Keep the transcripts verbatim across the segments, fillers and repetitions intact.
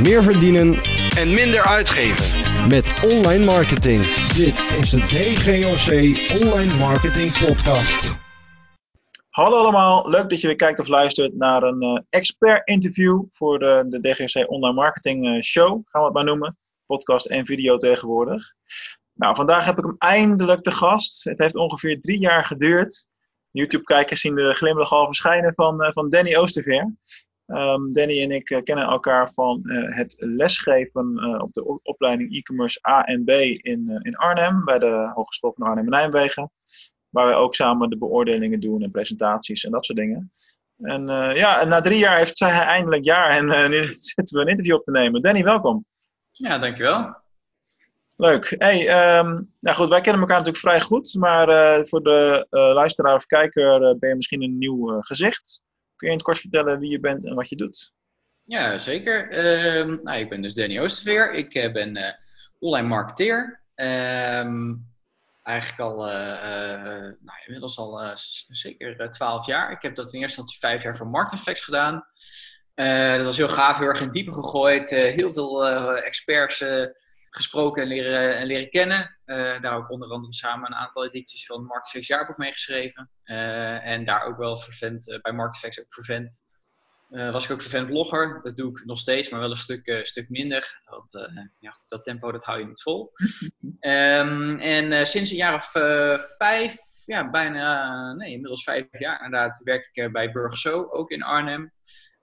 meer verdienen en minder uitgeven met online marketing. Dit is de D G O C Online Marketing Podcast. Hallo allemaal, leuk dat je weer kijkt of luistert naar een uh, expert interview voor de, de D G O C Online Marketing uh, Show, gaan we het maar noemen. Podcast en video tegenwoordig. Nou, vandaag heb ik hem eindelijk te gast. Het heeft ongeveer drie jaar geduurd. YouTube-kijkers zien de glimlach al verschijnen van, uh, van Danny Oosterveer. Um, Danny en ik uh, kennen elkaar van uh, het lesgeven uh, op de opleiding e-commerce A en B in, uh, in Arnhem, bij de Hogeschool van Arnhem en Nijmegen. Waar wij ook samen de beoordelingen doen en presentaties en dat soort dingen. En uh, ja, en na drie jaar heeft zij hij eindelijk jaar en uh, nu zitten we een interview op te nemen. Danny, welkom. Ja, dankjewel. Leuk. Hey, um, nou goed, wij kennen elkaar natuurlijk vrij goed, maar uh, voor de uh, luisteraar of kijker uh, ben je misschien een nieuw uh, gezicht. Kun je in het kort vertellen wie je bent en wat je doet? Ja, zeker. Uh, nou, ik ben dus Danny Oosterveer. Ik uh, ben uh, online marketeer. Um, eigenlijk al, uh, uh, nou, inmiddels al uh, zeker twaalf jaar. Ik heb dat in eerste instantie vijf jaar voor Marketingfacts gedaan. Uh, dat was heel gaaf, heel erg in het diepe gegooid. Uh, heel veel uh, experts uh, gesproken en leren, en leren kennen. Uh, daar ook onder andere samen een aantal edities van Marketingfacts jaarboek mee geschreven. Uh, en daar ook wel vervent, uh, bij Marketingfacts ook vervent. Uh, was ik ook vervent blogger. Dat doe ik nog steeds, maar wel een stuk, uh, stuk minder. Want uh, ja, dat tempo dat hou je niet vol. um, en uh, sinds een jaar of uh, vijf, ja bijna, uh, nee inmiddels vijf jaar inderdaad, werk ik uh, bij Burgerso, ook in Arnhem.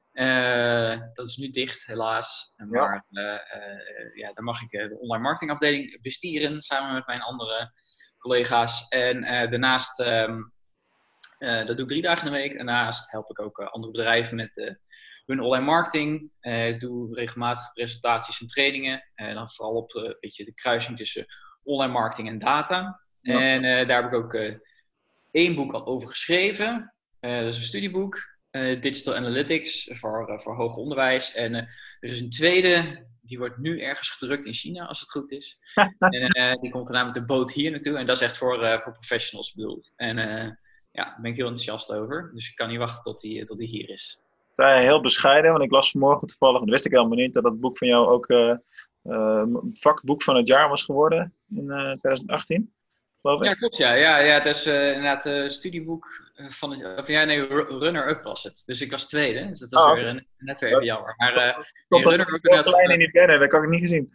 Uh, dat is nu dicht, helaas. Maar uh, uh, ja, daar mag ik uh, de online marketingafdeling bestieren, samen met mijn andere collega's. En uh, daarnaast, um, uh, dat doe ik drie dagen in de week. Daarnaast help ik ook uh, andere bedrijven met uh, hun online marketing. Uh, ik doe regelmatig presentaties en trainingen. Uh, dan vooral op uh, een beetje de kruising tussen online marketing en data. Ja. En uh, daar heb ik ook uh, één boek al over geschreven. Uh, dat is een studieboek. Uh, Digital Analytics voor, uh, voor hoger onderwijs. En uh, er is een tweede, die wordt nu ergens gedrukt in China, als het goed is. en uh, die komt daarna met de boot hier naartoe. En dat is echt voor, uh, voor professionals bedoeld. En uh, ja, daar ben ik heel enthousiast over. Dus ik kan niet wachten tot die, tot die hier is. Ja, heel bescheiden, want ik las vanmorgen toevallig, dat wist ik helemaal niet, dat dat boek van jou ook uh, uh, vakboek van het jaar was geworden in uh, twintig achttien. Ja, klopt. Ja, ja, ja dat is uh, inderdaad een uh, studieboek van het, of ja, nee, runner-up was het. Dus ik was tweede, dus dat was oh, weer, uh, net weer even jammer. Maar uh, nee, runner-up inderdaad. Ik klein in die pennen, dat kan ik niet gezien.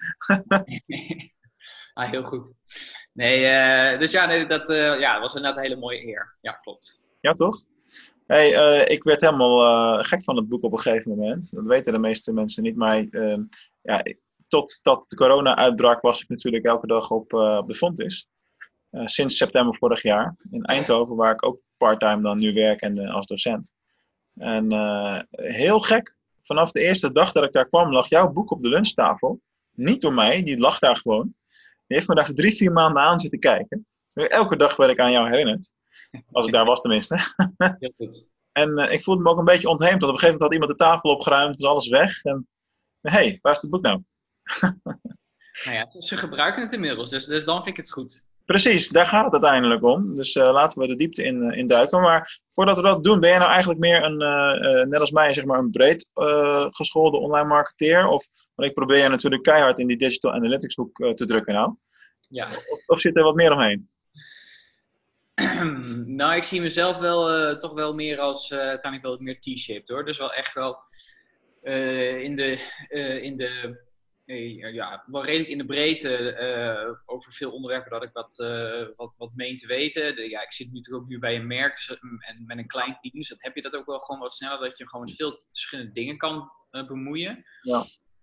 ah, heel goed. Nee, uh, dus ja, nee, dat, uh, ja, dat was inderdaad een hele mooie eer. Ja, klopt. Ja, toch? Hey, uh, ik werd helemaal uh, gek van het boek op een gegeven moment. Dat weten de meeste mensen niet, maar uh, ja, totdat de corona uitbrak was ik natuurlijk elke dag op, uh, op de Fontis. Uh, sinds september vorig jaar in Eindhoven, waar ik ook parttime dan nu werk en uh, als docent. En uh, heel gek, vanaf de eerste dag dat ik daar kwam, lag jouw boek op de lunchtafel. Niet door mij, die lag daar gewoon. Die heeft me daar voor drie, vier maanden aan zitten kijken. Elke dag werd ik aan jou herinnerd. Als ik daar was tenminste. Heel goed. En uh, ik voelde me ook een beetje ontheemd. Want op een gegeven moment had iemand de tafel opgeruimd, was alles weg. En hé, hey, waar is het boek nou? Nou ja, ze gebruiken het inmiddels, dus, dus dan vind ik het goed. Precies, daar gaat het uiteindelijk om. Dus uh, laten we de diepte in, uh, in duiken. Maar voordat we dat doen, ben jij nou eigenlijk meer een, uh, uh, net als mij, zeg maar een breed uh, geschoolde online marketeer? Of, want ik probeer je natuurlijk keihard in die digital analytics hoek uh, te drukken nou. Ja. Of, of zit er wat meer omheen? Nou, ik zie mezelf wel uh, toch wel meer als uh, uiteindelijk wel meer T-shaped hoor. Dus wel echt wel uh, in de, uh, in de uh, ja, wel redelijk in de breedte uh, over veel onderwerpen dat ik wat, uh, wat, wat meen te weten. De, ja, ik zit natuurlijk ook nu bij een merk dus, en met een klein team, dus dan heb je dat ook wel gewoon wat sneller, dat je gewoon veel verschillende dingen kan uh, bemoeien. Ja.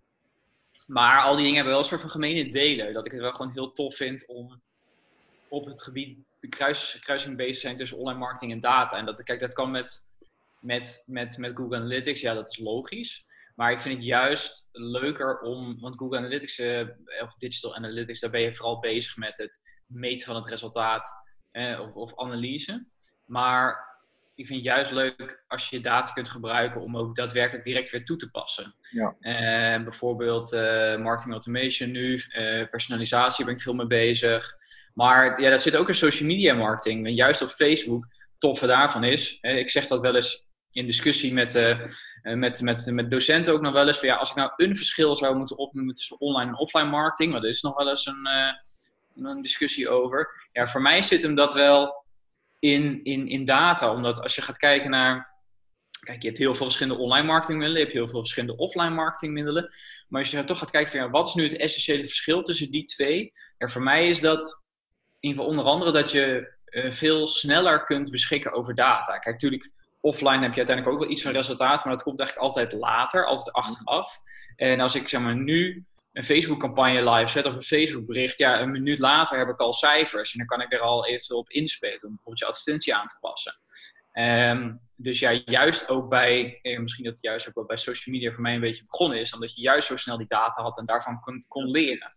Maar al die dingen hebben wel een soort van gemene delen. Dat ik het wel gewoon heel tof vind om op het gebied de kruis, kruising bezig zijn tussen online marketing en data. En dat, kijk, dat kan met, met, met, met Google Analytics, ja, dat is logisch. Maar ik vind het juist leuker om, want Google Analytics, uh, of Digital Analytics, daar ben je vooral bezig met het meten van het resultaat uh, of, of analyse. Maar ik vind het juist leuk als je data kunt gebruiken om ook daadwerkelijk direct weer toe te passen. Ja. Uh, bijvoorbeeld uh, marketing automation nu, uh, personalisatie ben ik veel mee bezig. Maar ja, dat zit ook in social media marketing. En juist op Facebook, het toffe daarvan is, hè, ik zeg dat wel eens in discussie met, uh, met, met, met docenten ook nog wel eens van ja, als ik nou een verschil zou moeten opnoemen tussen online en offline marketing, want er is nog wel eens een, uh, een discussie over. Ja, voor mij zit hem dat wel in, in, in data, omdat als je gaat kijken naar, kijk, je hebt heel veel verschillende online marketingmiddelen, je hebt heel veel verschillende offline marketingmiddelen, maar als je toch gaat kijken van ja, wat is nu het essentiële verschil tussen die twee? Ja, voor mij is dat in ieder geval onder andere dat je uh, veel sneller kunt beschikken over data. Kijk, natuurlijk, offline heb je uiteindelijk ook wel iets van resultaat, maar dat komt eigenlijk altijd later, altijd achteraf. En als ik zeg maar nu een Facebook-campagne live zet of een Facebook-bericht, ja, een minuut later heb ik al cijfers en dan kan ik er al eventueel op inspelen om bijvoorbeeld je advertentie aan te passen. Um, dus ja, juist ook bij, eh, misschien dat het juist ook wel bij social media voor mij een beetje begonnen is, omdat je juist zo snel die data had en daarvan kon, kon leren.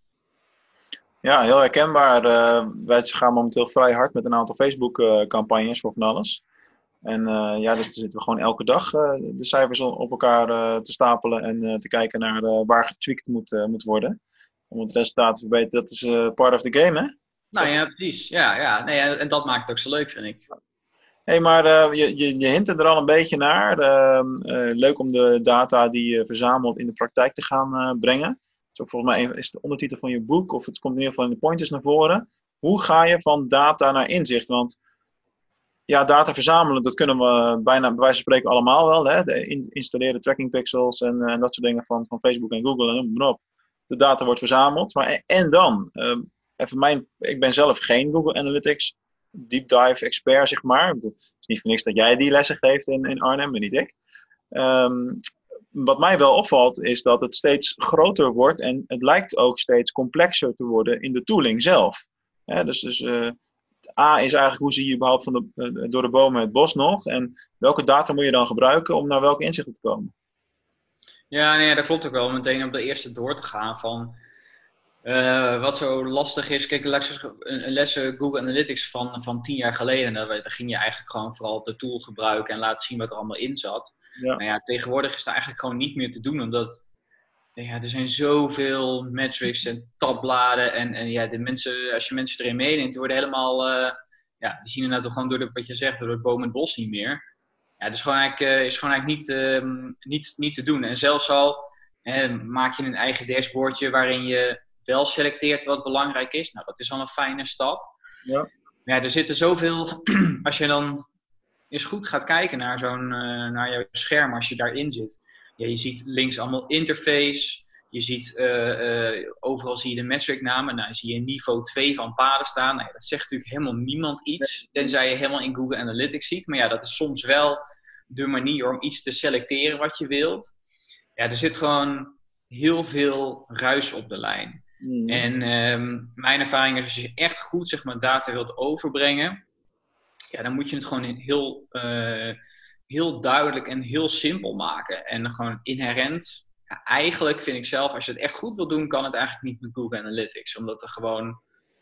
Ja, heel herkenbaar. Uh, wij gaan momenteel vrij hard met een aantal Facebook-campagnes voor van alles. En uh, ja, dus zitten we gewoon elke dag uh, de cijfers op elkaar uh, te stapelen en uh, te kijken naar uh, waar getweakt moet, uh, moet worden. Om het resultaat te verbeteren. Dat is uh, part of the game, hè? Nou ja, precies. Ja, ja. Nee, en dat maakt het ook zo leuk, vind ik. Hé, hey, maar uh, je, je, je hint er al een beetje naar. Uh, uh, leuk om de data die je verzamelt in de praktijk te gaan uh, brengen. Dat is ook volgens mij een, is de ondertitel van je boek, of het komt in ieder geval in de pointers naar voren. Hoe ga je van data naar inzicht? Want ja, data verzamelen, dat kunnen we bijna bij wijze van spreken allemaal wel. Hè? De in, installeren tracking pixels en, en dat soort dingen van, van Facebook en Google en noem maar op. De data wordt verzameld. Maar en, en dan? Uh, even mijn, ik ben zelf geen Google Analytics deep dive expert, zeg maar. Het is niet voor niks dat jij die lessen geeft in, in Arnhem en niet ik. Um, wat mij wel opvalt is dat het steeds groter wordt en het lijkt ook steeds complexer te worden in de tooling zelf. Hè, dus dus uh, A is eigenlijk hoe zie je überhaupt van de, uh, door de bomen het bos nog en welke data moet je dan gebruiken om naar welke inzichten te komen? Ja, nee, dat klopt ook wel. Meteen op de eerste door te gaan van uh, wat zo lastig is. Kijk, een lessen Google Analytics van, van tien jaar geleden, daar, daar ging je eigenlijk gewoon vooral de tool gebruiken en laten zien wat er allemaal in zat. Ja. Nou ja, tegenwoordig is dat eigenlijk gewoon niet meer te doen, omdat ja, er zijn zoveel metrics en tabbladen en, en ja, de mensen, als je mensen erin meeneemt, die worden helemaal, uh, ja, die zien inderdaad gewoon door de, wat je zegt, door het boom en het bos niet meer. Ja, het is gewoon eigenlijk, uh, is gewoon eigenlijk niet, uh, niet, niet te doen. En zelfs al uh, maak je een eigen dashboardje waarin je wel selecteert wat belangrijk is. Nou, dat is al een fijne stap. Ja. Ja, er zitten zoveel, als je dan eens goed gaat kijken naar zo'n, uh, naar jouw scherm als je daarin zit. Ja, je ziet links allemaal interface. Je ziet, uh, uh, overal zie je de metric namen. Nou, zie je niveau twee van paden staan. Nou, dat zegt natuurlijk helemaal niemand iets. Tenzij je helemaal in Google Analytics ziet. Maar ja, dat is soms wel de manier om iets te selecteren wat je wilt. Ja, er zit gewoon heel veel ruis op de lijn. Mm. En um, mijn ervaring is, als je echt goed zeg maar, data wilt overbrengen, ja, dan moet je het gewoon heel, uh, heel duidelijk en heel simpel maken. En gewoon inherent, ja, eigenlijk vind ik zelf, als je het echt goed wil doen, kan het eigenlijk niet met Google Analytics. Omdat er gewoon,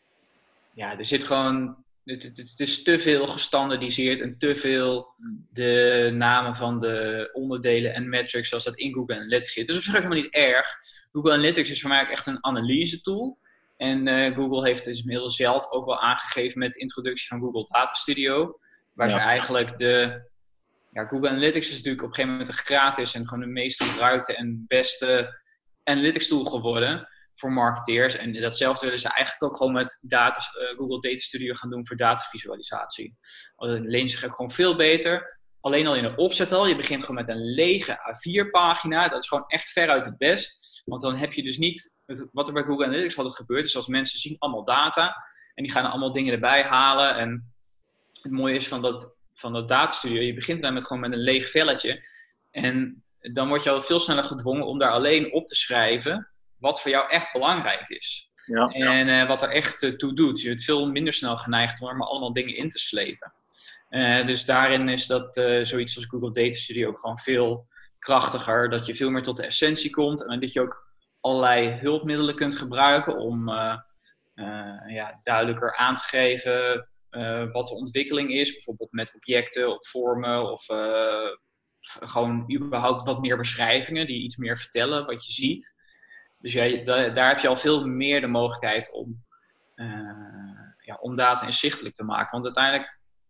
ja, er zit gewoon, het, het, het is te veel gestandardiseerd en te veel de namen van de onderdelen en metrics zoals dat in Google Analytics zit. Dus dat is helemaal niet erg. Google Analytics is voor mij ook echt een analyse tool. En uh, Google heeft dus inmiddels zelf ook wel aangegeven met de introductie van Google Data Studio. Waar ja. ze eigenlijk de... Ja, Google Analytics is natuurlijk op een gegeven moment een gratis en gewoon de meest gebruikte en beste analytics tool geworden voor marketeers. En datzelfde willen ze eigenlijk ook gewoon met data, uh, Google Data Studio gaan doen voor datavisualisatie. Dat leent zich ook gewoon veel beter. Alleen al in de opzet al. Je begint gewoon met een lege A vier pagina. Dat is gewoon echt veruit het best. Want dan heb je dus niet... Wat er bij Google Analytics altijd gebeurt, is als mensen zien allemaal data. En die gaan er allemaal dingen erbij halen. En het mooie is van dat, van dat datastudio, je begint dan met, gewoon met een leeg velletje. En dan word je al veel sneller gedwongen om daar alleen op te schrijven wat voor jou echt belangrijk is. Ja, en ja. Uh, wat er echt uh, toe doet. Je bent veel minder snel geneigd om er maar allemaal dingen in te slepen. Uh, dus daarin is dat uh, zoiets als Google Data Studio ook gewoon veel krachtiger. Dat je veel meer tot de essentie komt. En dat je ook allerlei hulpmiddelen kunt gebruiken om uh, uh, ja, duidelijker aan te geven uh, wat de ontwikkeling is. Bijvoorbeeld met objecten of vormen of uh, gewoon überhaupt wat meer beschrijvingen die iets meer vertellen wat je ziet. Dus ja, daar, daar heb je al veel meer de mogelijkheid om, uh, ja, om data inzichtelijk te maken. Want uiteindelijk,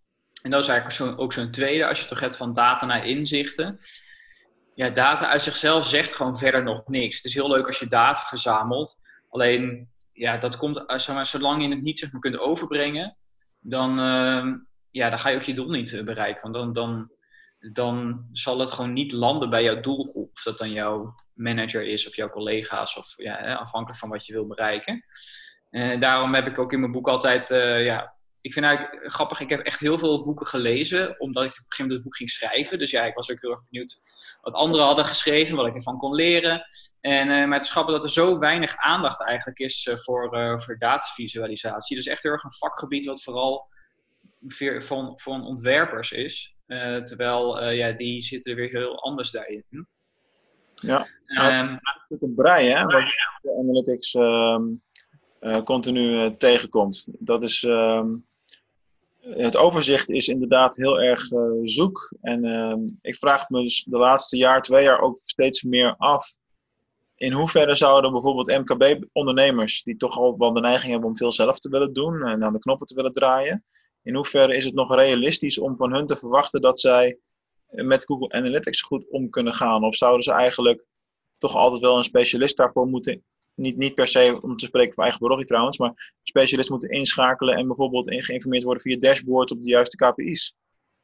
En dat is eigenlijk zo, ook zo'n tweede, als je het toch hebt van data naar inzichten. Ja, data uit zichzelf zegt gewoon verder nog niks. Het is heel leuk als je data verzamelt. Alleen, ja, dat komt, zeg maar, zolang je het niet zeg maar, kunt overbrengen, dan, uh, ja, dan ga je ook je doel niet bereiken. Want dan, dan, dan zal het gewoon niet landen bij jouw doelgroep. Of dat dan jouw manager is of jouw collega's, of ja, afhankelijk van wat je wil bereiken. Uh, daarom heb ik ook in mijn boek altijd, uh, ja, ik vind eigenlijk grappig, ik heb echt heel veel boeken gelezen, omdat ik op een gegeven moment het boek ging schrijven. Dus ja, ik was ook heel erg benieuwd wat anderen hadden geschreven, wat ik ervan kon leren. En, uh, maar het is grappig dat er zo weinig aandacht eigenlijk is uh, voor, uh, voor datavisualisatie. Dus echt heel erg een vakgebied wat vooral van, van ontwerpers is. Uh, terwijl, uh, ja, die zitten er weer heel anders daarin. Ja, nou, um, het is een brei, hè, wat je de analytics um, uh, continu uh, tegenkomt. Dat is... Um, Het overzicht is inderdaad heel erg uh, zoek. En uh, ik vraag me dus de laatste jaar, twee jaar ook steeds meer af. In hoeverre zouden bijvoorbeeld M K B-ondernemers, die toch al wel de neiging hebben om veel zelf te willen doen en aan de knoppen te willen draaien. In hoeverre is het nog realistisch om van hun te verwachten dat zij met Google Analytics goed om kunnen gaan? Of zouden ze eigenlijk toch altijd wel een specialist daarvoor moeten... Niet, niet per se om te spreken van eigen parochie trouwens, maar een specialist moeten inschakelen en bijvoorbeeld in geïnformeerd worden via dashboards op de juiste K P I's.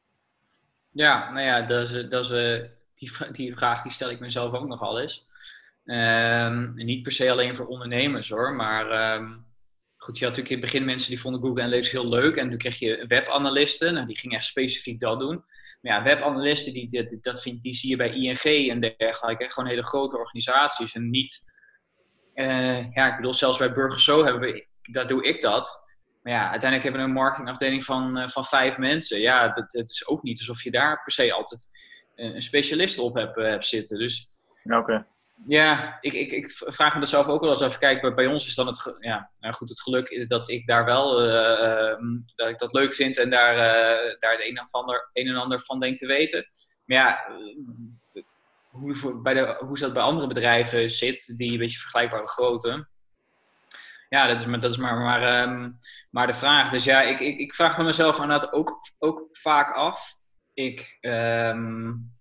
Ja, nou ja, dat is, dat is, uh, die, die vraag die stel ik mezelf ook nog al eens. Um, niet per se alleen voor ondernemers hoor, maar um, goed, je had natuurlijk in het begin mensen die vonden Google Analytics heel leuk en nu kreeg je webanalisten, nou, die gingen echt specifiek dat doen. Maar ja, webanalisten, die, die, dat vind, die zie je bij I N G en dergelijke, gewoon hele grote organisaties en niet... Uh, ja, ik bedoel, zelfs bij Burgerso hebben we, daar doe ik dat. Maar ja, uiteindelijk hebben we een marketingafdeling van, uh, van vijf mensen. Ja, dat, het is ook niet alsof je daar per se altijd uh, een specialist op hebt, uh, hebt zitten. Dus ja, okay. ja, ik, ik, ik vraag me dat zelf ook wel eens even. Kijk, bij, bij ons is dan het, ge- ja, nou goed, het geluk dat ik daar wel, uh, uh, dat ik dat leuk vind en daar, uh, daar de een, of ander, een en ander van denk te weten. Maar ja... Uh, Hoe, bij de, hoe dat bij andere bedrijven zit, die een beetje vergelijkbare grootte. Ja, dat is maar, dat is maar, maar, um, maar de vraag. Dus ja, ik, ik, ik vraag me mezelf inderdaad ook, ook vaak af. Ik, um,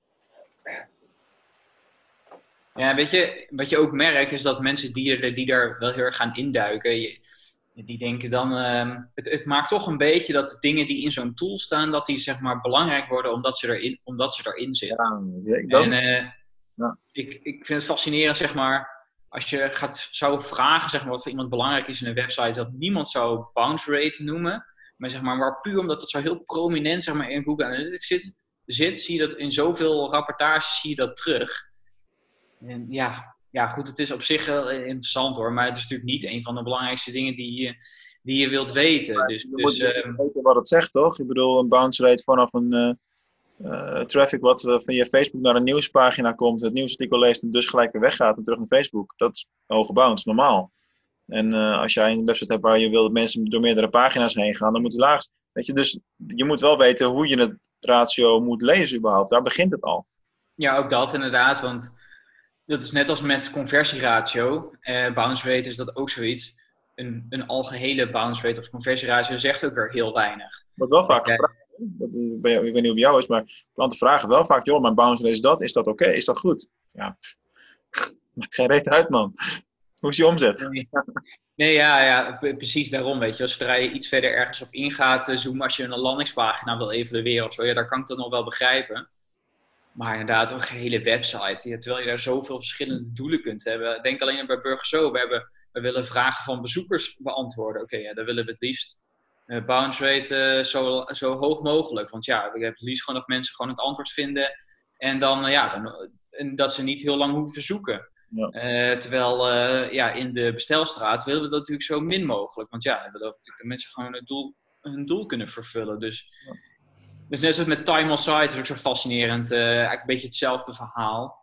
ja, weet je, wat je ook merkt is dat mensen die er, die er wel heel erg gaan induiken, je, die denken dan, um, het, het maakt toch een beetje dat de dingen die in zo'n tool staan, dat die zeg maar belangrijk worden omdat ze erin, omdat ze erin zitten. Ja, dat is... En, uh, Ja. Ik, ik vind het fascinerend, zeg maar, als je gaat, zou vragen zeg maar, wat voor iemand belangrijk is in een website, dat niemand zou bounce rate noemen. Maar, zeg maar, maar puur omdat het zo heel prominent zeg maar, in Google Analytics zit, zit, zie je dat in zoveel rapportages zie je dat terug. En ja, ja, goed, het is op zich wel interessant hoor, maar het is natuurlijk niet een van de belangrijkste dingen die je, die je wilt weten. Dus, je dus, moet um, weten wat het zegt, toch? Ik bedoel, een bounce rate vanaf een... Uh... Uh, traffic wat uh, van je Facebook naar een nieuwspagina komt, het nieuwsartikel leest en dus gelijk weer weggaat en terug naar Facebook. Dat is hoge bounce, normaal. En uh, als jij een website hebt waar je wil dat mensen door meerdere pagina's heen gaan, dan moet die laagst. Weet je, dus je moet wel weten hoe je het ratio moet lezen überhaupt. Daar begint het al. Ja, ook dat inderdaad, want dat is net als met conversieratio. Uh, bounce rate is dat ook zoiets. Een, een algehele bounce rate of conversieratio zegt ook weer heel weinig. Wat wel vaak ja. gevraagd dat, ik weet niet hoe bij jou is, maar klanten vragen wel vaak, joh, mijn bounce rate is dat, is dat oké, okay? Is dat goed? Ja, maakt geen reet uit, man. Hoe is die omzet? Nee, nee ja, ja, precies daarom, weet je. Als zodra je iets verder ergens op ingaat, zoomen als je een landingspagina wil evalueren of zo, ja, daar kan ik dat nog wel begrijpen. Maar inderdaad, een gehele website, ja, terwijl je daar zoveel verschillende doelen kunt hebben. Denk alleen bij Burgerso, we, hebben, we willen vragen van bezoekers beantwoorden. Oké, okay, ja, dan willen we het liefst uh, bounce rate uh, zo, zo hoog mogelijk. Want ja, we hebben het liefst gewoon dat mensen gewoon het antwoord vinden en dan, uh, ja, dan, en dat ze niet heel lang hoeven zoeken. Ja. Uh, terwijl uh, ja, in de bestelstraat willen we dat natuurlijk zo min mogelijk. Want ja, we willen dat mensen gewoon het doel, hun doel kunnen vervullen. Dus, ja. dus net zoals met Time on Site is ook zo fascinerend. Uh, eigenlijk een beetje hetzelfde verhaal.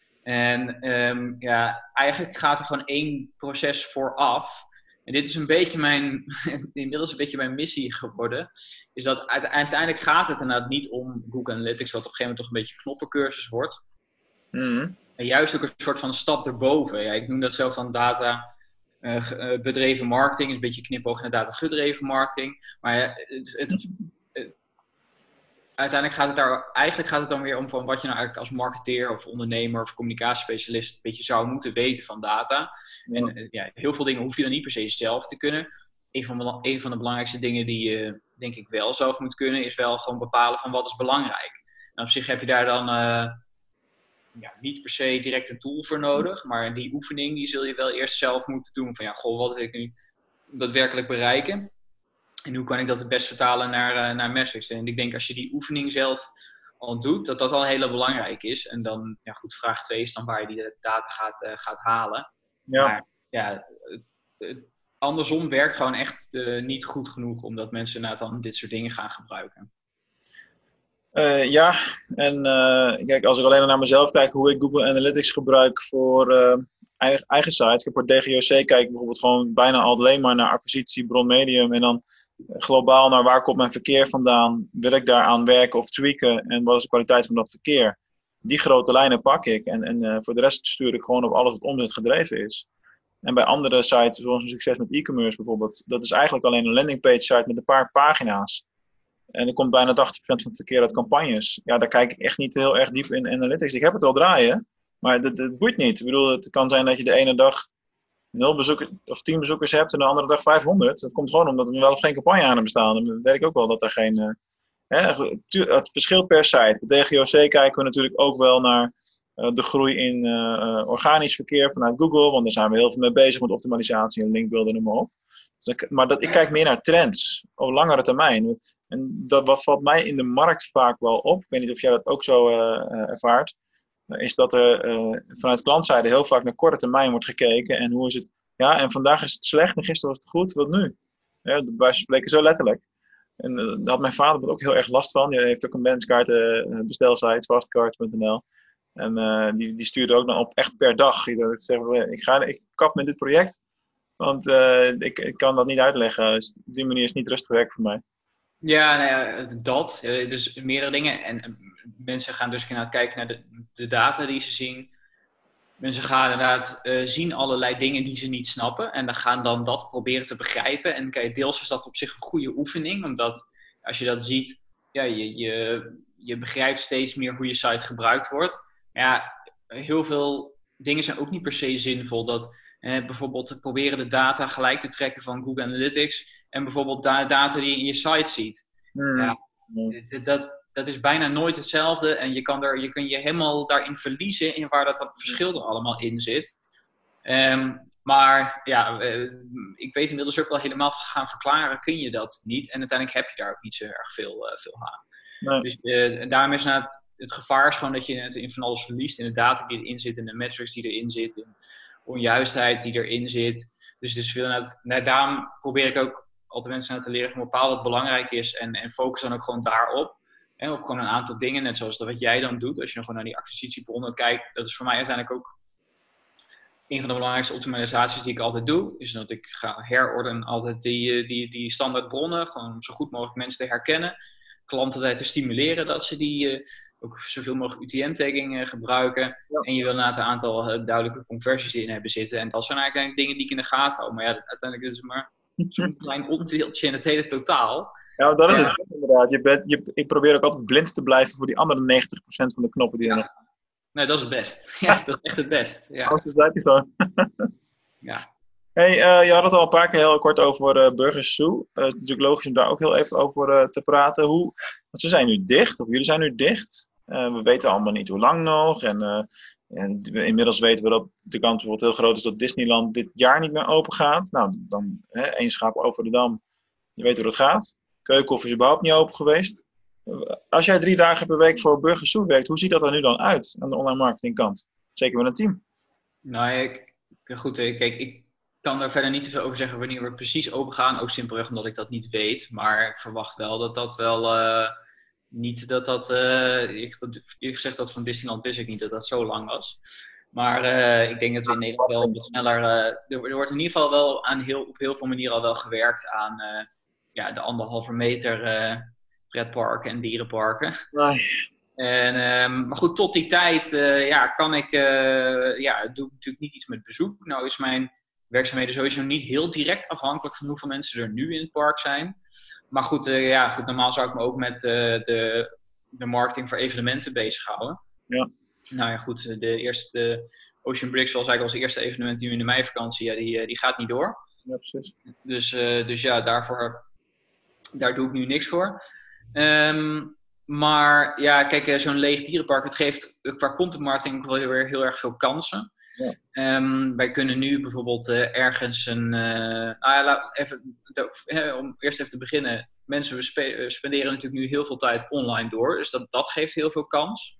En um, ja, eigenlijk gaat er gewoon één proces vooraf. En dit is een beetje mijn, inmiddels een beetje mijn missie geworden. Is dat uiteindelijk gaat het inderdaad niet om Google Analytics, wat op een gegeven moment toch een beetje knoppencursus wordt. Mm-hmm. En juist ook een soort van stap erboven. Ja, ik noem dat zelf dan data uh, bedreven marketing. Een beetje knipoog naar data gedreven marketing. Maar ja, het, het, het, uiteindelijk gaat het daar, eigenlijk gaat het dan weer om van wat je nou eigenlijk als marketeer of ondernemer of communicatiespecialist een beetje zou moeten weten van data. Ja. En uh, ja, heel veel dingen hoef je dan niet per se zelf te kunnen. Een van, een van de belangrijkste dingen die je denk ik wel zelf moet kunnen, is wel gewoon bepalen van wat is belangrijk. En op zich heb je daar dan uh, ja, niet per se direct een tool voor nodig, maar die oefening die zul je wel eerst zelf moeten doen. Van ja, goh, wat wil ik nu daadwerkelijk bereiken? En hoe kan ik dat het best vertalen naar, uh, naar metrics? En ik denk als je die oefening zelf al doet, dat dat al heel belangrijk is. En dan, ja goed, vraag twee is dan waar je die data gaat, uh, gaat halen. Ja. Maar ja, het, het, andersom werkt gewoon echt uh, niet goed genoeg, omdat mensen nou dan dit soort dingen gaan gebruiken. Uh, ja, en uh, kijk, als ik alleen naar mezelf kijk, hoe ik Google Analytics gebruik voor uh, eigen, eigen sites. Ik heb voor D G O C kijk ik bijvoorbeeld gewoon bijna alleen maar naar acquisitie, bron, medium. En dan globaal naar waar komt mijn verkeer vandaan. Wil ik daaraan werken of tweaken? En wat is de kwaliteit van dat verkeer? Die grote lijnen pak ik. En, en uh, voor de rest stuur ik gewoon op alles wat omzet gedreven is. En bij andere sites, zoals een succes met e-commerce bijvoorbeeld. Dat is eigenlijk alleen een landingpage site met een paar pagina's. En er komt bijna tachtig procent van het verkeer uit campagnes. Ja, daar kijk ik echt niet heel erg diep in analytics. Ik heb het wel draaien, maar het, het boeit niet. Ik bedoel, het kan zijn dat je de ene dag nul bezoekers of tien bezoekers hebt en de andere dag vijfhonderd. Dat komt gewoon omdat er wel of geen campagne aan bestaan. Dan weet ik ook wel dat er geen... Uh, hè, het verschilt per site. Bij D G O C kijken we natuurlijk ook wel naar uh, de groei in uh, organisch verkeer vanuit Google. Want daar zijn we heel veel mee bezig met optimalisatie en linkbuilding en noem maar op. Maar dat, ik kijk meer naar trends op langere termijn. En dat, wat valt mij in de markt vaak wel op, ik weet niet of jij dat ook zo uh, ervaart, is dat er uh, vanuit klantzijde heel vaak naar korte termijn wordt gekeken. En hoe is het, ja, en vandaag is het slecht en gisteren was het goed, wat nu? Ja, wij spreken zo letterlijk. En uh, daar had mijn vader ook heel erg last van. Die heeft ook een benchkaart uh, bestelsite, fastcard punt n l. En uh, die, die stuurde ook dan op echt per dag. Ik, zeg, ik, ga, ik kap met dit project. Want uh, ik, ik kan dat niet uitleggen. Dus op die manier is het niet rustig werk voor mij. Ja, nou ja, dat. Dus meerdere dingen. En mensen gaan dus inderdaad kijken naar de, de data die ze zien. Mensen gaan inderdaad uh, zien allerlei dingen die ze niet snappen. En dan gaan dan dat proberen te begrijpen. En kijk, deels is dat op zich een goede oefening. Omdat als je dat ziet, ja, je, je, je begrijpt steeds meer hoe je site gebruikt wordt. Maar ja, heel veel dingen zijn ook niet per se zinvol. Dat eh, bijvoorbeeld proberen de data gelijk te trekken van Google Analytics. En bijvoorbeeld de data die je in je site ziet. Hmm. Ja, dat... Dat is bijna nooit hetzelfde en je kan, er, je, kan je helemaal daarin verliezen in waar dat, dat verschil er allemaal in zit. Um, maar ja, uh, ik weet inmiddels ook wel helemaal gaan verklaren kun je dat niet. En uiteindelijk heb je daar ook niet zo erg veel, uh, veel aan. Nee. Dus uh, daarom is nou het, het gevaar is gewoon dat je het in van alles verliest. In de data die erin zit, in de metrics die erin zit, in onjuistheid die erin zit. Dus, dus veel, nou, nou, daarom probeer ik ook altijd mensen nou te leren van bepaal wat belangrijk is en, en focus dan ook gewoon daarop. En ook gewoon een aantal dingen, net zoals dat wat jij dan doet. Als je dan gewoon naar die acquisitiebronnen kijkt. Dat is voor mij uiteindelijk ook een van de belangrijkste optimalisaties die ik altijd doe. Is dat ik ga herordenen altijd die, die, die standaard bronnen. Gewoon om zo goed mogelijk mensen te herkennen. Klanten te stimuleren dat ze die uh, ook zoveel mogelijk U T M-tagging uh, gebruiken. Ja. En je wil inderdaad een aantal uh, duidelijke conversies in hebben zitten. En dat zijn eigenlijk dingen die ik in de gaten hou. Maar ja, uiteindelijk is het maar zo'n klein onderdeeltje in het hele totaal. Ja, dat is ja. het inderdaad. Je bent, je, ik probeer ook altijd blind te blijven voor die andere negentig procent van de knoppen die ja. er nog... Nee, dat is het best. Ja, dat is echt het best. Ja. Anders blijf je gewoon. Ja. Hey, uh, je had het al een paar keer heel kort over uh, Burgers Zoo. Uh, het is natuurlijk logisch om daar ook heel even over uh, te praten. Hoe, want ze zijn nu dicht, of jullie zijn nu dicht. Uh, we weten allemaal niet hoe lang nog. En, uh, en inmiddels weten we dat de kans bijvoorbeeld heel groot is dat Disneyland dit jaar niet meer open gaat. Nou, dan hè, één schaap over de dam. Je weet hoe dat gaat. Keukenhof is überhaupt niet open geweest. Als jij drie dagen per week voor Burgers Zoo werkt, hoe ziet dat er nu dan uit aan de online marketingkant? Zeker met een team. Nou, ik, goed, kijk, ik kan er verder niet te veel over zeggen wanneer we precies open gaan. Ook simpelweg omdat ik dat niet weet. Maar ik verwacht wel dat dat wel uh, niet dat dat. Uh, ik, dat je gezegd dat van Disneyland wist ik niet dat dat zo lang was. Maar uh, ik denk dat we in Nederland wel wat sneller. Uh, er, er wordt in ieder geval wel aan heel, op heel veel manieren al wel gewerkt aan. Uh, Ja, de anderhalve meter uh, pretparken en dierenparken. Nee. En, um, maar goed, tot die tijd uh, ja, kan ik, uh, ja, doe ik natuurlijk niet iets met bezoek. Nou is mijn werkzaamheden sowieso niet heel direct afhankelijk van hoeveel mensen er nu in het park zijn. Maar goed, uh, ja, goed normaal zou ik me ook met uh, de de marketing voor evenementen bezighouden. Ja. Nou ja, goed, de eerste Ocean Bricks was eigenlijk als eerste evenement nu in de meivakantie, ja, die, die gaat niet door. Ja, precies. Dus, uh, dus ja, daarvoor, daar doe ik nu niks voor. Um, maar ja, kijk, uh, zo'n leeg dierenpark, het geeft uh, qua content marketing ook wel heel, heel erg veel kansen. Ja. Um, wij kunnen nu bijvoorbeeld uh, ergens een... Uh, nou ja, laat even, uh, om eerst even te beginnen. Mensen we spe- uh, spenderen natuurlijk nu heel veel tijd online door. Dus dat, dat geeft heel veel kans.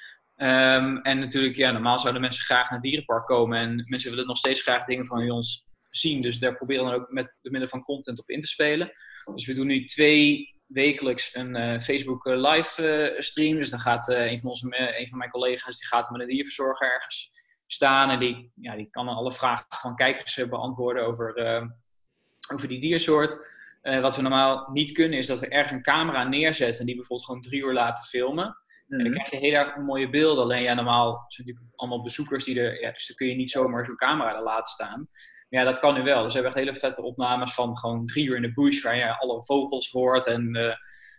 Um, en natuurlijk, ja, normaal zouden mensen graag naar het dierenpark komen. En mensen willen nog steeds graag dingen van ons zien. Dus daar proberen we ook met de middel van content op in te spelen. Dus we doen nu twee wekelijks een uh, Facebook uh, live uh, stream. Dus dan gaat uh, een, van onze, uh, een van mijn collega's, die gaat met een dierverzorger ergens staan. En die, ja, die kan dan alle vragen van kijkers uh, beantwoorden over, uh, over die diersoort. Uh, wat we normaal niet kunnen, is dat we ergens een camera neerzetten en die bijvoorbeeld gewoon drie uur laten filmen. Mm-hmm. En dan krijg je heel erg mooie beelden. Alleen ja, normaal zijn natuurlijk allemaal bezoekers die er... Ja, dus dan kun je niet zomaar zo'n camera er laten staan. Maar ja, dat kan nu wel. Dus we hebben echt hele vette opnames van gewoon drie uur in de bush, waar je alle vogels hoort en... Uh,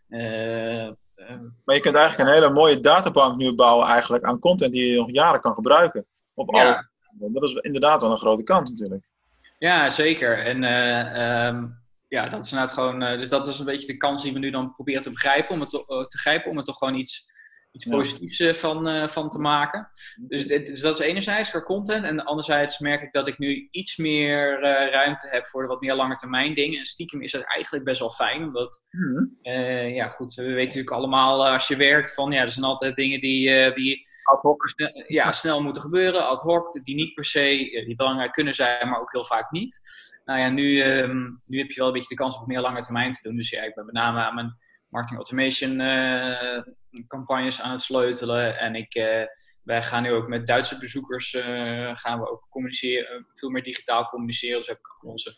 uh, uh, maar je kunt eigenlijk een hele mooie databank nu bouwen eigenlijk aan content die je nog jaren kan gebruiken. Op ja. alle... Dat is inderdaad wel een grote kans natuurlijk. Ja, zeker. En uh, um, ja, dat is inderdaad gewoon... Uh, dus dat is een beetje de kans die we nu dan proberen te begrijpen, om het to- uh, te grijpen, om er toch gewoon iets... iets positiefs uh, van, uh, van te maken. Dus, dus dat is enerzijds qua content. En anderzijds merk ik dat ik nu iets meer uh, ruimte heb voor de wat meer lange termijn dingen. En stiekem is dat eigenlijk best wel fijn. Omdat, mm-hmm. uh, ja goed, we weten natuurlijk allemaal uh, als je werkt van, ja, er zijn altijd dingen die, uh, die ad hoc. Snel, ja, snel moeten gebeuren, ad hoc, die niet per se, uh, die belangrijk kunnen zijn, maar ook heel vaak niet. Nou ja, nu, um, nu heb je wel een beetje de kans om het meer lange termijn te doen. Dus ja, ik ben met name aan mijn marketing automation uh, campagnes aan het sleutelen. En ik, uh, wij gaan nu ook met Duitse bezoekers uh, gaan we ook communiceren, uh, veel meer digitaal communiceren. Dus heb ik onze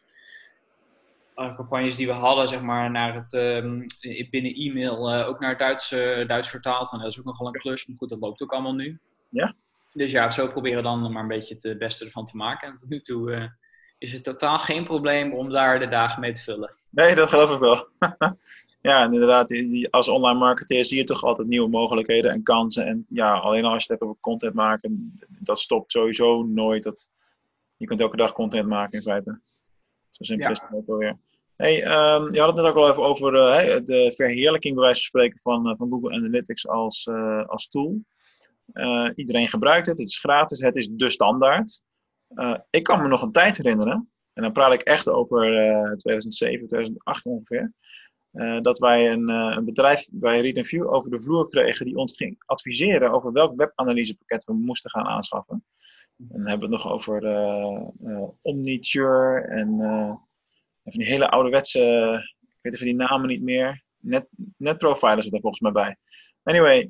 uh, campagnes die we hadden, zeg maar, naar het, um, binnen e-mail uh, ook naar het Duits, uh, Duits vertaald. En dat is ook nogal een klus, maar goed, dat loopt ook allemaal nu. Ja. Dus ja, zo proberen we dan maar een beetje het beste ervan te maken. En tot nu toe uh, is het totaal geen probleem om daar de dagen mee te vullen. Nee, dat geloof ik wel. Ja, en inderdaad, die, als online marketeer zie je toch altijd nieuwe mogelijkheden en kansen. En ja, alleen al als je het hebt over content maken, dat stopt sowieso nooit. Dat, je kunt elke dag content maken in feite. Zo simpel ja. is het ook alweer. Hey, um, je had het net ook al even over uh, de verheerlijking, bij wijze van spreken, van, uh, van Google Analytics als, uh, als tool. Uh, iedereen gebruikt het, het is gratis, het is de standaard. Uh, ik kan me nog een tijd herinneren, en dan praat ik echt over uh, tweeduizend zeven, tweeduizend acht ongeveer. Uh, dat wij een, uh, een bedrijf bij Read and View over de vloer kregen die ons ging adviseren over welk webanalysepakket we moesten gaan aanschaffen. En dan hebben we het nog over uh, uh, Omniture en uh, van die hele ouderwetse, ik weet even die namen niet meer, Net, NetProfiler zit er volgens mij bij. Anyway,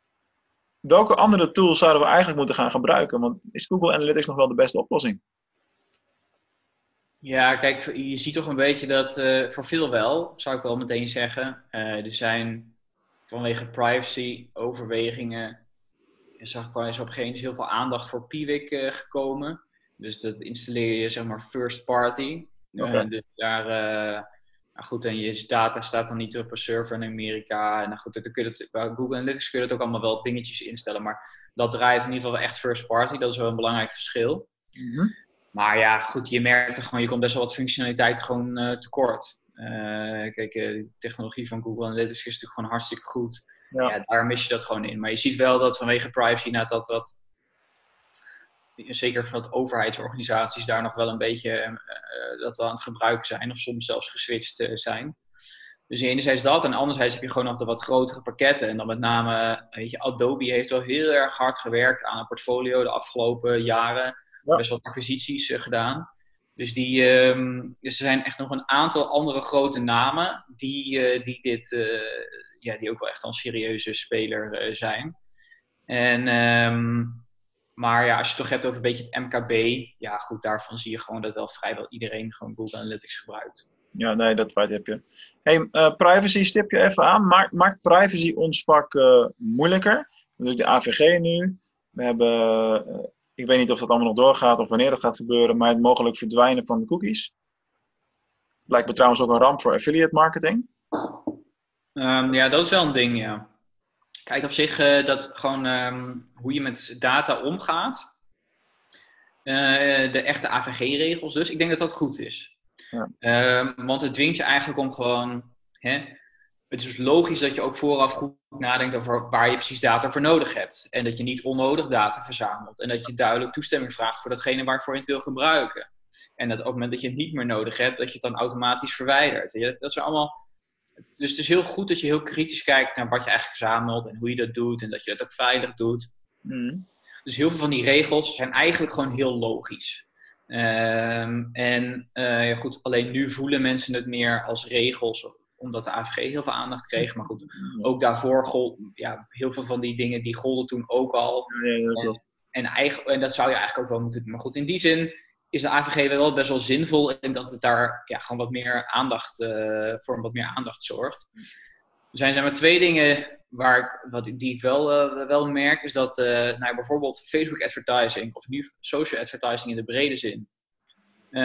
welke andere tools zouden we eigenlijk moeten gaan gebruiken? Want is Google Analytics nog wel de beste oplossing? Ja, kijk, je ziet toch een beetje dat uh, voor veel wel, zou ik wel meteen zeggen. Uh, er zijn vanwege privacy overwegingen, zag ik wel eens op een gegeven moment heel veel aandacht voor Piwik uh, gekomen. Dus dat installeer je zeg maar first party. Okay. Uh, dus daar, uh, nou goed, en je data staat dan niet op een server in Amerika. En nou goed, dan kun je het, bij Google Analytics kun je dat ook allemaal wel dingetjes instellen. Maar dat draait in ieder geval echt first party. Dat is wel een belangrijk verschil. Mm-hmm. Maar ja, goed, je merkt er gewoon, je komt best wel wat functionaliteit gewoon uh, tekort. Uh, kijk, uh, de technologie van Google Analytics is natuurlijk gewoon hartstikke goed. Ja. Ja, daar mis je dat gewoon in. Maar je ziet wel dat vanwege privacy, nou, dat wat, zeker van overheidsorganisaties, daar nog wel een beetje uh, dat wel aan het gebruiken zijn. Of soms zelfs geswitcht uh, zijn. Dus enerzijds dat. En anderzijds heb je gewoon nog de wat grotere pakketten. En dan met name, weet je, Adobe heeft wel heel erg hard gewerkt aan een portfolio de afgelopen jaren. Ja. Best wat acquisities uh, gedaan. Dus, die, um, dus er zijn echt nog een aantal andere grote namen die, uh, die, dit, uh, ja, die ook wel echt een serieuze speler uh, zijn. En, um, maar ja, als je het toch hebt over een beetje het M K B, ja goed, daarvan zie je gewoon dat wel vrijwel iedereen gewoon Google Analytics gebruikt. Ja, nee, dat feit heb je. Hey, uh, privacy stip je even aan. Maakt, maakt privacy ons vak uh, moeilijker? Natuurlijk de A V G nu. We hebben... Uh, Ik weet niet of dat allemaal nog doorgaat of wanneer dat gaat gebeuren, maar het mogelijk verdwijnen van de cookies. Lijkt me trouwens ook een ramp voor affiliate marketing. Um, ja, dat is wel een ding, ja. Kijk, op zich uh, dat gewoon um, hoe je met data omgaat. Uh, de echte A V G-regels dus. Ik denk dat dat goed is. Ja. Uh, want het dwingt je eigenlijk om gewoon... Hè, het is dus logisch dat je ook vooraf goed nadenkt over waar je precies data voor nodig hebt. En dat je niet onnodig data verzamelt. En dat je duidelijk toestemming vraagt voor datgene waarvoor je het wil gebruiken. En dat op het moment dat je het niet meer nodig hebt, dat je het dan automatisch verwijdert. Dat is allemaal... Dus het is heel goed dat je heel kritisch kijkt naar wat je eigenlijk verzamelt en hoe je dat doet. En dat je dat ook veilig doet. Mm. Dus heel veel van die regels zijn eigenlijk gewoon heel logisch. Um, en uh, ja, goed, alleen nu voelen mensen het meer als regels, omdat de A V G heel veel aandacht kreeg. Maar goed, ook daarvoor gold, ja, heel veel van die dingen die golden toen ook al. Ja, ja, dat en, en, eigen, en dat zou je eigenlijk ook wel moeten doen. Maar goed, in die zin is de A V G wel best wel zinvol en dat het daar ja, gewoon wat meer aandacht, uh, voor wat meer aandacht zorgt. Er zijn, zijn maar twee dingen waar ik, wat, die ik wel, uh, wel merk, is dat uh, nou, bijvoorbeeld Facebook advertising of nu social advertising in de brede zin, uh,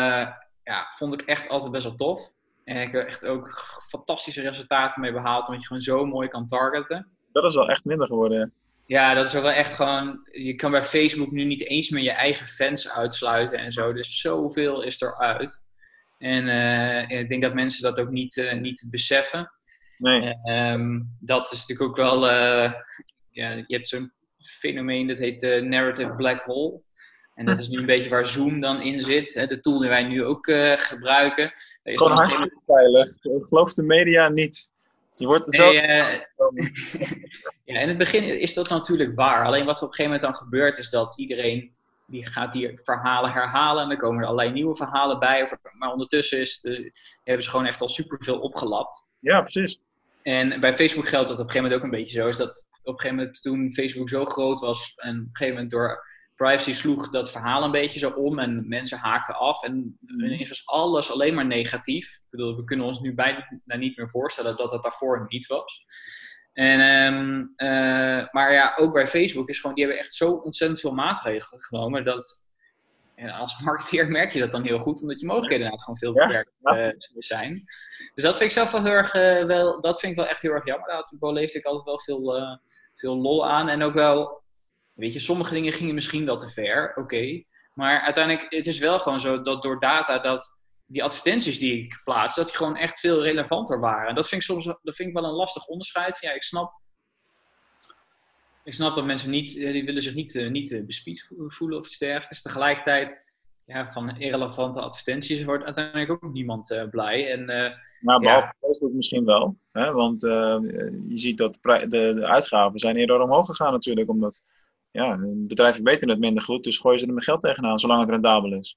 ja, vond ik echt altijd best wel tof. En ik heb echt ook fantastische resultaten mee behaald, omdat je gewoon zo mooi kan targeten. Dat is wel echt minder geworden. Ja, dat is wel echt gewoon, je kan bij Facebook nu niet eens meer je eigen fans uitsluiten en zo, dus zoveel is eruit. En uh, ik denk dat mensen dat ook niet, uh, niet beseffen. Nee. Uh, um, dat is natuurlijk ook wel, uh, ja, je hebt zo'n fenomeen dat heet uh, narrative black hole. En dat is nu een beetje waar Zoom dan in zit, hè, de tool die wij nu ook uh, gebruiken. Is Gewoon hartstikke veilig. Geloof de media niet. Je wordt er zo... Nee, uh, ja, in het begin is dat natuurlijk waar. Alleen wat er op een gegeven moment dan gebeurt is dat iedereen die gaat die verhalen herhalen. En dan komen er allerlei nieuwe verhalen bij. Maar ondertussen is het, uh, hebben ze gewoon echt al superveel opgelapt. Ja, precies. En bij Facebook geldt dat op een gegeven moment ook een beetje zo. Is dat op een gegeven moment toen Facebook zo groot was en op een gegeven moment door privacy sloeg dat verhaal een beetje zo om en mensen haakten af. En ineens was alles alleen maar negatief. Ik bedoel, we kunnen ons nu bijna niet meer voorstellen dat dat daarvoor niet was. En, um, uh, maar ja, ook bij Facebook is gewoon, die hebben echt zo ontzettend veel maatregelen genomen dat... En als marketeer merk je dat dan heel goed, omdat je mogelijkheden inderdaad gewoon veel beperkt uh, zijn. Dus dat vind ik zelf wel heel erg, uh, wel, dat vind ik wel echt heel erg jammer. Daar beleefde ik altijd wel veel, uh, veel lol aan. En ook wel, weet je, sommige dingen gingen misschien wel te ver, oké. Okay. Maar uiteindelijk, het is wel gewoon zo dat door data, dat die advertenties die ik plaats, dat die gewoon echt veel relevanter waren. En dat vind ik soms, dat vind ik wel een lastig onderscheid. Van, ja, ik snap... Ik snap dat mensen niet, die willen zich niet, uh, niet bespied voelen of iets dergelijks. Tegelijkertijd, ja, van irrelevante advertenties wordt uiteindelijk ook niemand uh, blij. En, uh, nou, behalve ja. Facebook misschien wel. Hè? Want uh, je ziet dat de, de uitgaven zijn eerder omhoog gegaan natuurlijk. Omdat ja, bedrijven weten het minder goed. Dus gooien ze er meer geld tegenaan, zolang het rendabel is.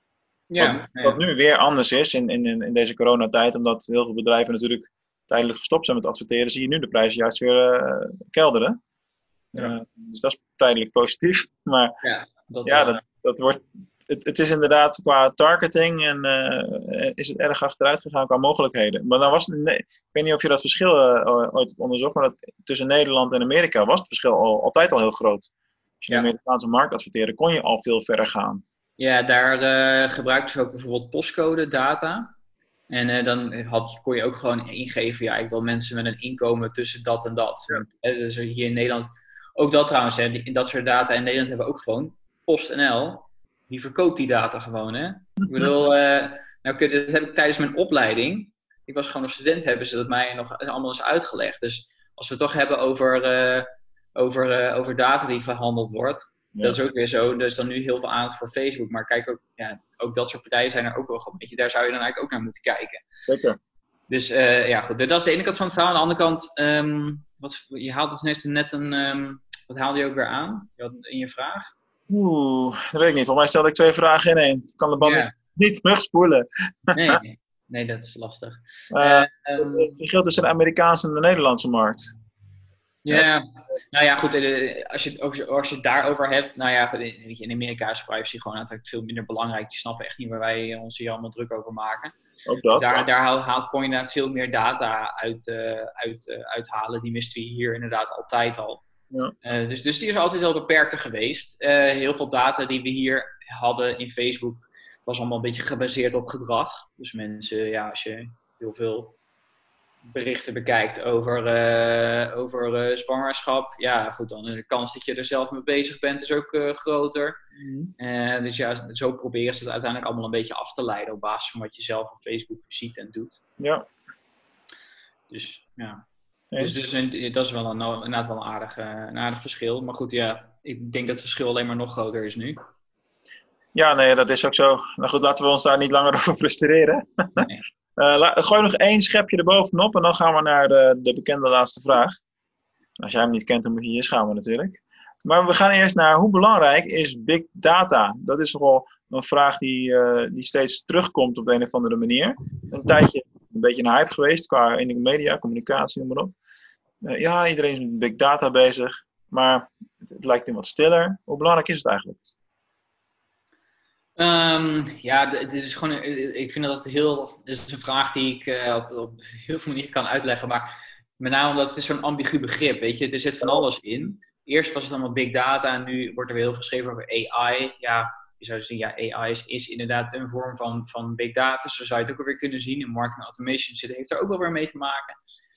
Ja, wat, ja. wat nu weer anders is in, in, in deze coronatijd. Omdat heel veel bedrijven natuurlijk tijdelijk gestopt zijn met adverteren. Zie je nu de prijzen juist weer uh, kelderen. Ja. Uh, dus dat is tijdelijk positief. Maar ja, dat, ja, dat, dat wordt, het, het is inderdaad qua targeting en uh, is het erg achteruit gegaan qua mogelijkheden. Maar dan was het, nee, ik weet niet of je dat verschil uh, ooit hebt onderzocht, maar dat, tussen Nederland en Amerika was het verschil al, altijd al heel groot. Als je ja. in de Amerikaanse markt adverteerde, kon je al veel verder gaan. Ja, daar uh, gebruikten ze ook bijvoorbeeld postcode data. En uh, dan had, kon je ook gewoon ingeven, ja, ik wil mensen met een inkomen tussen dat en dat. Ja. Want, uh, dus hier in Nederland, ook dat trouwens, hè, die, dat soort data in Nederland hebben we ook gewoon. PostNL, die verkoopt die data gewoon, hè. Ik bedoel, uh, nou, dat heb ik tijdens mijn opleiding, ik was gewoon een student, hebben ze dat mij nog allemaal eens uitgelegd. Dus als we het toch hebben over, uh, over, uh, over data die verhandeld wordt, ja. Dat is ook weer zo. Er is dan nu heel veel aandacht voor Facebook. Maar kijk, ook, ja, ook dat soort partijen zijn er ook wel gewoon. Weet je, daar zou je dan eigenlijk ook naar moeten kijken. Zeker. Dus uh, ja, goed. Dat is de ene kant van het verhaal. Aan de andere kant, um, wat, je haalde het net een... Um, wat haalde je ook weer aan in je vraag? Oeh, dat weet ik niet. Volgens mij stelde ik twee vragen in één. Ik kan de band ja. niet, niet terugspoelen. Nee, nee, dat is lastig. Uh, uh, um, het verschil tussen de Amerikaanse en de Nederlandse markt. Ja, nou ja, goed, als je het, als je het daarover hebt, nou ja, weet je, in Amerika is privacy gewoon natuurlijk veel minder belangrijk. Die snappen echt niet waar wij ons hier allemaal druk over maken. Ook dat. Daar, ja. daar haal, haal, kon je inderdaad veel meer data uit, uh, uit, uh, uithalen. Die misten we hier inderdaad altijd al. Ja. Uh, dus, dus die is altijd wel beperkter geweest. Uh, heel veel data die we hier hadden in Facebook was allemaal een beetje gebaseerd op gedrag. Dus mensen, ja, als je heel veel... berichten bekijkt over, uh, over uh, zwangerschap, ja goed, dan de kans dat je er zelf mee bezig bent is ook uh, groter. Mm. Uh, dus ja, zo proberen ze het uiteindelijk allemaal een beetje af te leiden op basis van wat je zelf op Facebook ziet en doet. Ja. Dus ja. Dus, dus en, dat is wel een, inderdaad wel een aardig, uh, een aardig verschil. Maar goed, ja, ik denk dat het verschil alleen maar nog groter is nu. Ja, nee, dat is ook zo. Nou goed, laten we ons daar niet langer over frustreren. Nee. uh, la, gooi nog één schepje erbovenop en dan gaan we naar de, de bekende laatste vraag. Als jij hem niet kent, dan moet je hier schamen natuurlijk. Maar we gaan eerst naar hoe belangrijk is big data? Dat is nogal een vraag die, uh, die steeds terugkomt op de een of andere manier. Een tijdje een beetje een hype geweest qua in de media, communicatie, noem maar op. Uh, ja, iedereen is met big data bezig, maar het, het lijkt nu wat stiller. Hoe belangrijk is het eigenlijk? Um, ja, dit is gewoon, ik vind dat het heel, dit is een vraag die ik uh, op, op heel veel manieren kan uitleggen, maar met name omdat het is zo'n ambigu begrip, weet je, er zit van alles in. Eerst was het allemaal big data en nu wordt er weer heel veel geschreven over A I. Ja, je zou zeggen, ja, A I is, is inderdaad een vorm van, van big data, zo zou je het ook alweer kunnen zien. In marketing automation zit, heeft er ook wel weer mee te maken.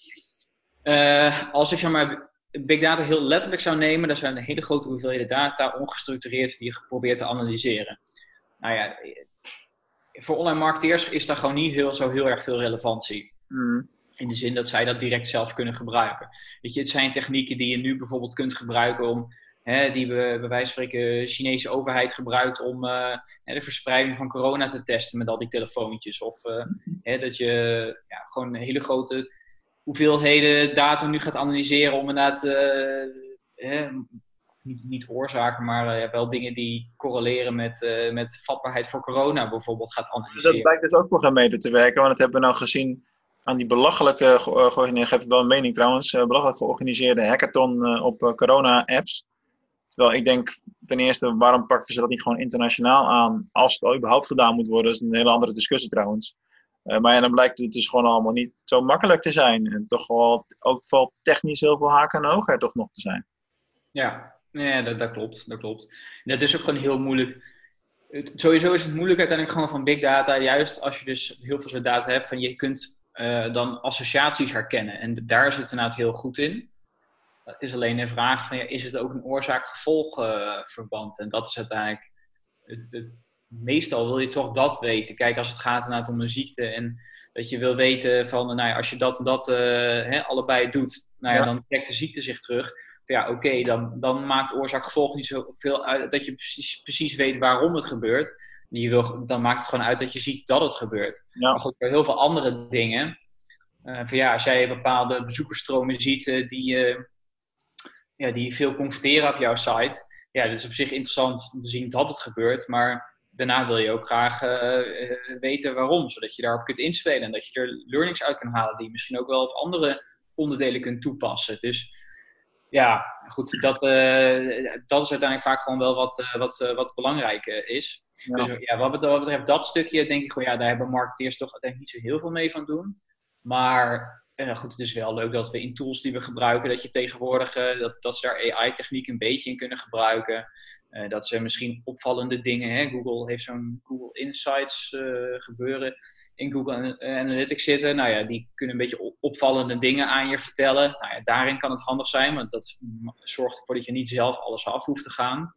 Uh, als ik zeg maar big data heel letterlijk zou nemen, dan zijn er hele grote hoeveelheden data ongestructureerd die je probeert te analyseren. Nou ja, voor online marketeers is daar gewoon niet heel, zo heel erg veel relevantie. Mm. In de zin dat zij dat direct zelf kunnen gebruiken. Weet je, het zijn technieken die je nu bijvoorbeeld kunt gebruiken om, hè, die we bij wijze van spreken de Chinese overheid gebruikt om uh, de verspreiding van corona te testen met al die telefoontjes. Of uh, hè, dat je ja, gewoon hele grote hoeveelheden data nu gaat analyseren om inderdaad uh, hè, Niet, niet oorzaken, maar uh, wel dingen die correleren met, uh, met vatbaarheid voor corona bijvoorbeeld gaat analyseren. Dat blijkt dus ook nog aan mee te werken, want dat hebben we nou gezien aan die belachelijke, uh, georganiseerde, geef wel een mening trouwens, uh, belachelijk georganiseerde hackathon uh, op uh, corona-apps. Terwijl ik denk, ten eerste, waarom pakken ze dat niet gewoon internationaal aan, als het überhaupt gedaan moet worden? Dat is een hele andere discussie trouwens. Uh, maar ja, dan blijkt het dus gewoon allemaal niet zo makkelijk te zijn. En toch wel, ook wel technisch heel veel haken en ogen er toch nog te zijn. Ja. Ja, dat, dat klopt, dat klopt. Dat is ook gewoon heel moeilijk. Het, sowieso is het moeilijk uiteindelijk gewoon van big data, juist als je dus heel veel zo'n data hebt, van je kunt uh, dan associaties herkennen. En daar zit het inderdaad heel goed in. Het is alleen een vraag van, ja, is het ook een oorzaak-gevolg uh, verband? En dat is uiteindelijk, het, het, meestal wil je toch dat weten. Kijk, als het gaat inderdaad om een ziekte en dat je wil weten van, nou ja, als je dat en dat uh, hè, allebei doet, nou ja, ja. dan trekt de ziekte zich terug. Ja, oké, okay, dan, dan maakt oorzaak-gevolg niet zoveel uit dat je precies, precies weet waarom het gebeurt. Je wil, dan maakt het gewoon uit dat je ziet dat het gebeurt. Ja. Maar goed, voor heel veel andere dingen. Uh, van ja, als jij bepaalde bezoekersstromen ziet uh, die, uh, ja, die veel converteren op jouw site. Ja, dat is op zich interessant om te zien dat het gebeurt. Maar daarna wil je ook graag uh, uh, weten waarom. Zodat je daarop kunt inspelen. En dat je er learnings uit kan halen die je misschien ook wel op andere onderdelen kunt toepassen. Dus ja, goed, dat, uh, dat is uiteindelijk vaak gewoon wel wat, uh, wat, uh, wat belangrijk uh, is. Ja. Dus ja, wat, betreft, wat betreft dat stukje denk ik gewoon, ja, daar hebben marketeers toch uiteindelijk niet zo heel veel mee van doen. Maar uh, goed, het is wel leuk dat we in tools die we gebruiken, dat je tegenwoordig, uh, dat, dat ze daar A I-techniek een beetje in kunnen gebruiken. Uh, dat ze misschien opvallende dingen, hè, Google heeft zo'n Google Insights uh, gebeuren in Google Analytics zitten. Nou ja, die kunnen een beetje opvallende dingen aan je vertellen. Nou ja, daarin kan het handig zijn, want dat zorgt ervoor dat je niet zelf alles af hoeft te gaan.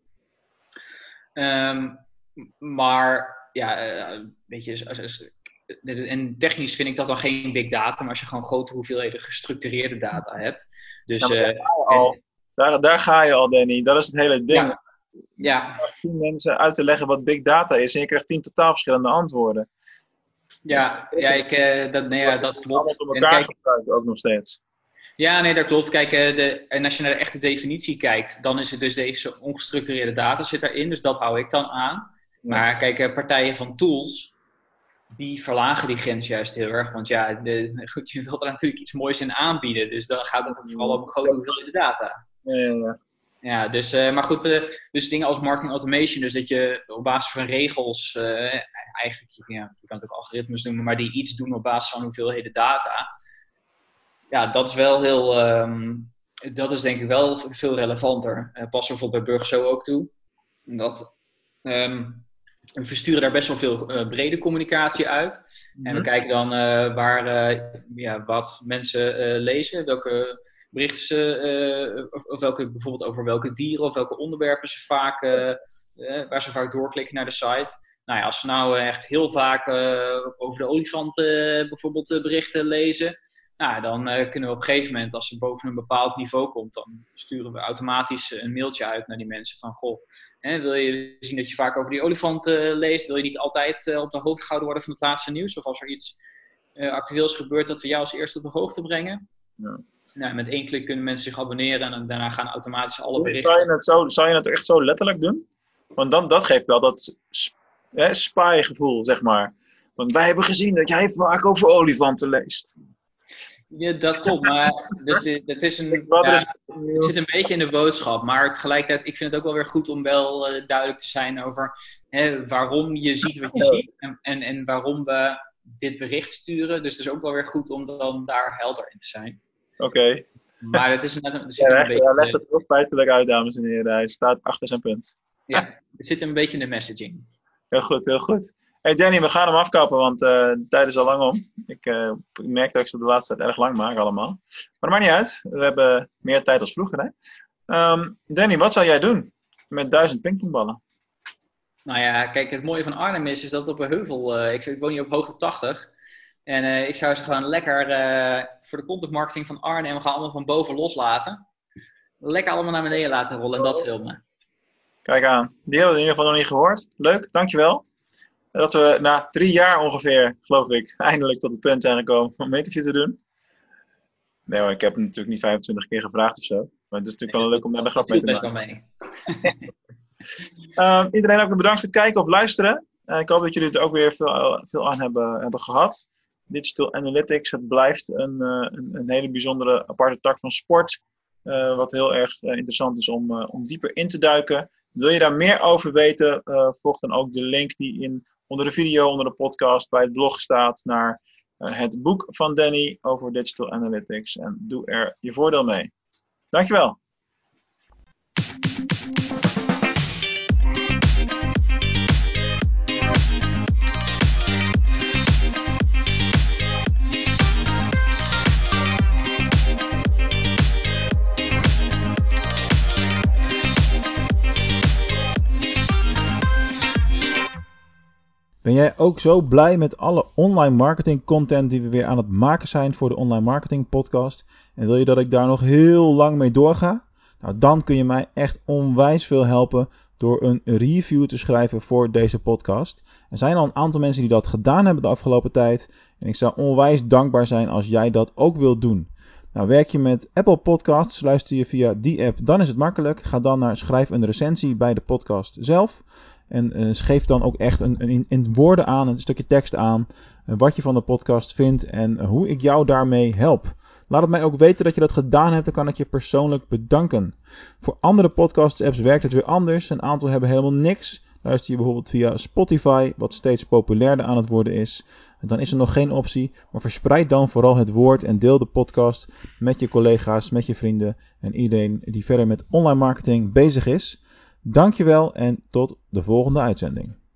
Um, maar ja, uh, weet je, als, als, en technisch vind ik dat dan geen big data, maar als je gewoon grote hoeveelheden gestructureerde data hebt. Dus, ja, uh, daar, ga en, daar, daar ga je al, Danny. Dat is het hele ding. Ja. Ja. Je krijgt tien mensen uit te leggen wat big data is en je krijgt tien totaal verschillende antwoorden. Ja, ja, ik, uh, dat, nee, ja, dat klopt. Allemaal door elkaar gebruikt ook nog steeds. Ja, nee, dat klopt. Kijk, uh, de, en als je naar de echte definitie kijkt, dan is het dus deze ongestructureerde data zit daarin. Dus dat hou ik dan aan. Ja. Maar kijk, uh, partijen van tools, die verlagen die grens juist heel erg. Want ja, de, goed, je wilt er natuurlijk iets moois in aanbieden. Dus dan gaat het vooral om grote hoeveelheden data. Ja, ja, ja. Ja, dus, uh, maar goed, uh, dus dingen als marketing automation, dus dat je op basis van regels, uh, eigenlijk, ja, je kan het ook algoritmes noemen, maar die iets doen op basis van hoeveelheden data. Ja, dat is wel heel, um, dat is denk ik wel veel relevanter. Uh, pas bijvoorbeeld bij Burgerso ook toe. Dat, um, we versturen daar best wel veel uh, brede communicatie uit. Mm-hmm. En we kijken dan uh, waar, uh, ja, wat mensen uh, lezen, welke berichten ze, uh, of, of welke, bijvoorbeeld over welke dieren of welke onderwerpen ze vaak, uh, uh, waar ze vaak doorklikken naar de site. Nou ja, als ze nou uh, echt heel vaak uh, over de olifanten uh, bijvoorbeeld uh, berichten lezen, nou, dan uh, kunnen we op een gegeven moment, als ze boven een bepaald niveau komt, dan sturen we automatisch een mailtje uit naar die mensen van, goh, hè, wil je zien dat je vaak over die olifanten uh, leest? Wil je niet altijd uh, op de hoogte gehouden worden van het laatste nieuws? Of als er iets uh, actueels gebeurt, dat we jou als eerste op de hoogte brengen? Ja. Nou, met één klik kunnen mensen zich abonneren en daarna gaan automatisch alle berichten. Zou je het, zo, zou je het echt zo letterlijk doen? Want dan, dat geeft wel dat hè, spy gevoel, zeg maar. Want wij hebben gezien dat jij vaak over olifanten leest. Ja, dat klopt, maar dat, dat is een, ja, het zit een beetje in de boodschap. Maar tegelijkertijd, ik vind het ook wel weer goed om wel uh, duidelijk te zijn over hè, waarom je ziet wat je ziet. En, en, en waarom we dit bericht sturen. Dus het is ook wel weer goed om dan daar helder in te zijn. Oké. Okay. Maar het is net een, het zit ja, een echt, beetje... Hij legt het heel feitelijk uit, dames en heren. Hij staat achter zijn punt. Ja, het zit een beetje in de messaging. Heel goed, heel goed. Hey Danny, we gaan hem afkappen, want uh, de tijd is al lang om. Ik, uh, ik merk dat ik ze de laatste tijd erg lang maak allemaal. Maar dat maakt niet uit. We hebben meer tijd als vroeger, hè? Um, Danny, wat zou jij doen met duizend pingpongballen? Nou ja, kijk, het mooie van Arnhem is, is dat op een heuvel... Uh, ik, ik woon hier op hoogte tachtig. En uh, ik zou ze gewoon lekker uh, voor de content marketing van Arnhem... we gaan allemaal van boven loslaten. Lekker allemaal naar beneden laten rollen en dat filmen. Kijk aan. Die hebben we in ieder geval nog niet gehoord. Leuk, dankjewel. Dat we na drie jaar ongeveer, geloof ik, eindelijk tot het punt zijn gekomen om een interview te doen. Nee hoor, ik heb hem natuurlijk niet vijfentwintig keer gevraagd of zo. Maar het is natuurlijk wel leuk om daar de grap mee te maken. Mee. uh, iedereen ook bedankt voor het kijken of luisteren. Uh, ik hoop dat jullie er ook weer veel, veel aan hebben, hebben gehad. Digital Analytics, het blijft een, uh, een, een hele bijzondere aparte tak van sport. Uh, wat heel erg uh, interessant is om, uh, om dieper in te duiken. Wil je daar meer over weten, uh, volg dan ook de link die in, onder de video, onder de podcast, bij het blog staat naar uh, het boek van Danny over Digital Analytics. En doe er je voordeel mee. Dankjewel. Ben jij ook zo blij met alle online marketing content die we weer aan het maken zijn voor de Online Marketing Podcast? En wil je dat ik daar nog heel lang mee doorga? Nou, dan kun je mij echt onwijs veel helpen door een review te schrijven voor deze podcast. Er zijn al een aantal mensen die dat gedaan hebben de afgelopen tijd. En ik zou onwijs dankbaar zijn als jij dat ook wilt doen. Nou, werk je met Apple Podcasts, luister je via die app, dan is het makkelijk. Ga dan naar schrijf een recensie bij de podcast zelf. En uh, geef dan ook echt een, een, in woorden aan, een stukje tekst aan, uh, wat je van de podcast vindt en uh, hoe ik jou daarmee help. Laat het mij ook weten dat je dat gedaan hebt, dan kan ik je persoonlijk bedanken. Voor andere podcast-apps werkt het weer anders. Een aantal hebben helemaal niks. Luister je bijvoorbeeld via Spotify, wat steeds populairder aan het worden is. Dan is er nog geen optie, maar verspreid dan vooral het woord en deel de podcast met je collega's, met je vrienden en iedereen die verder met online marketing bezig is. Dankjewel en tot de volgende uitzending.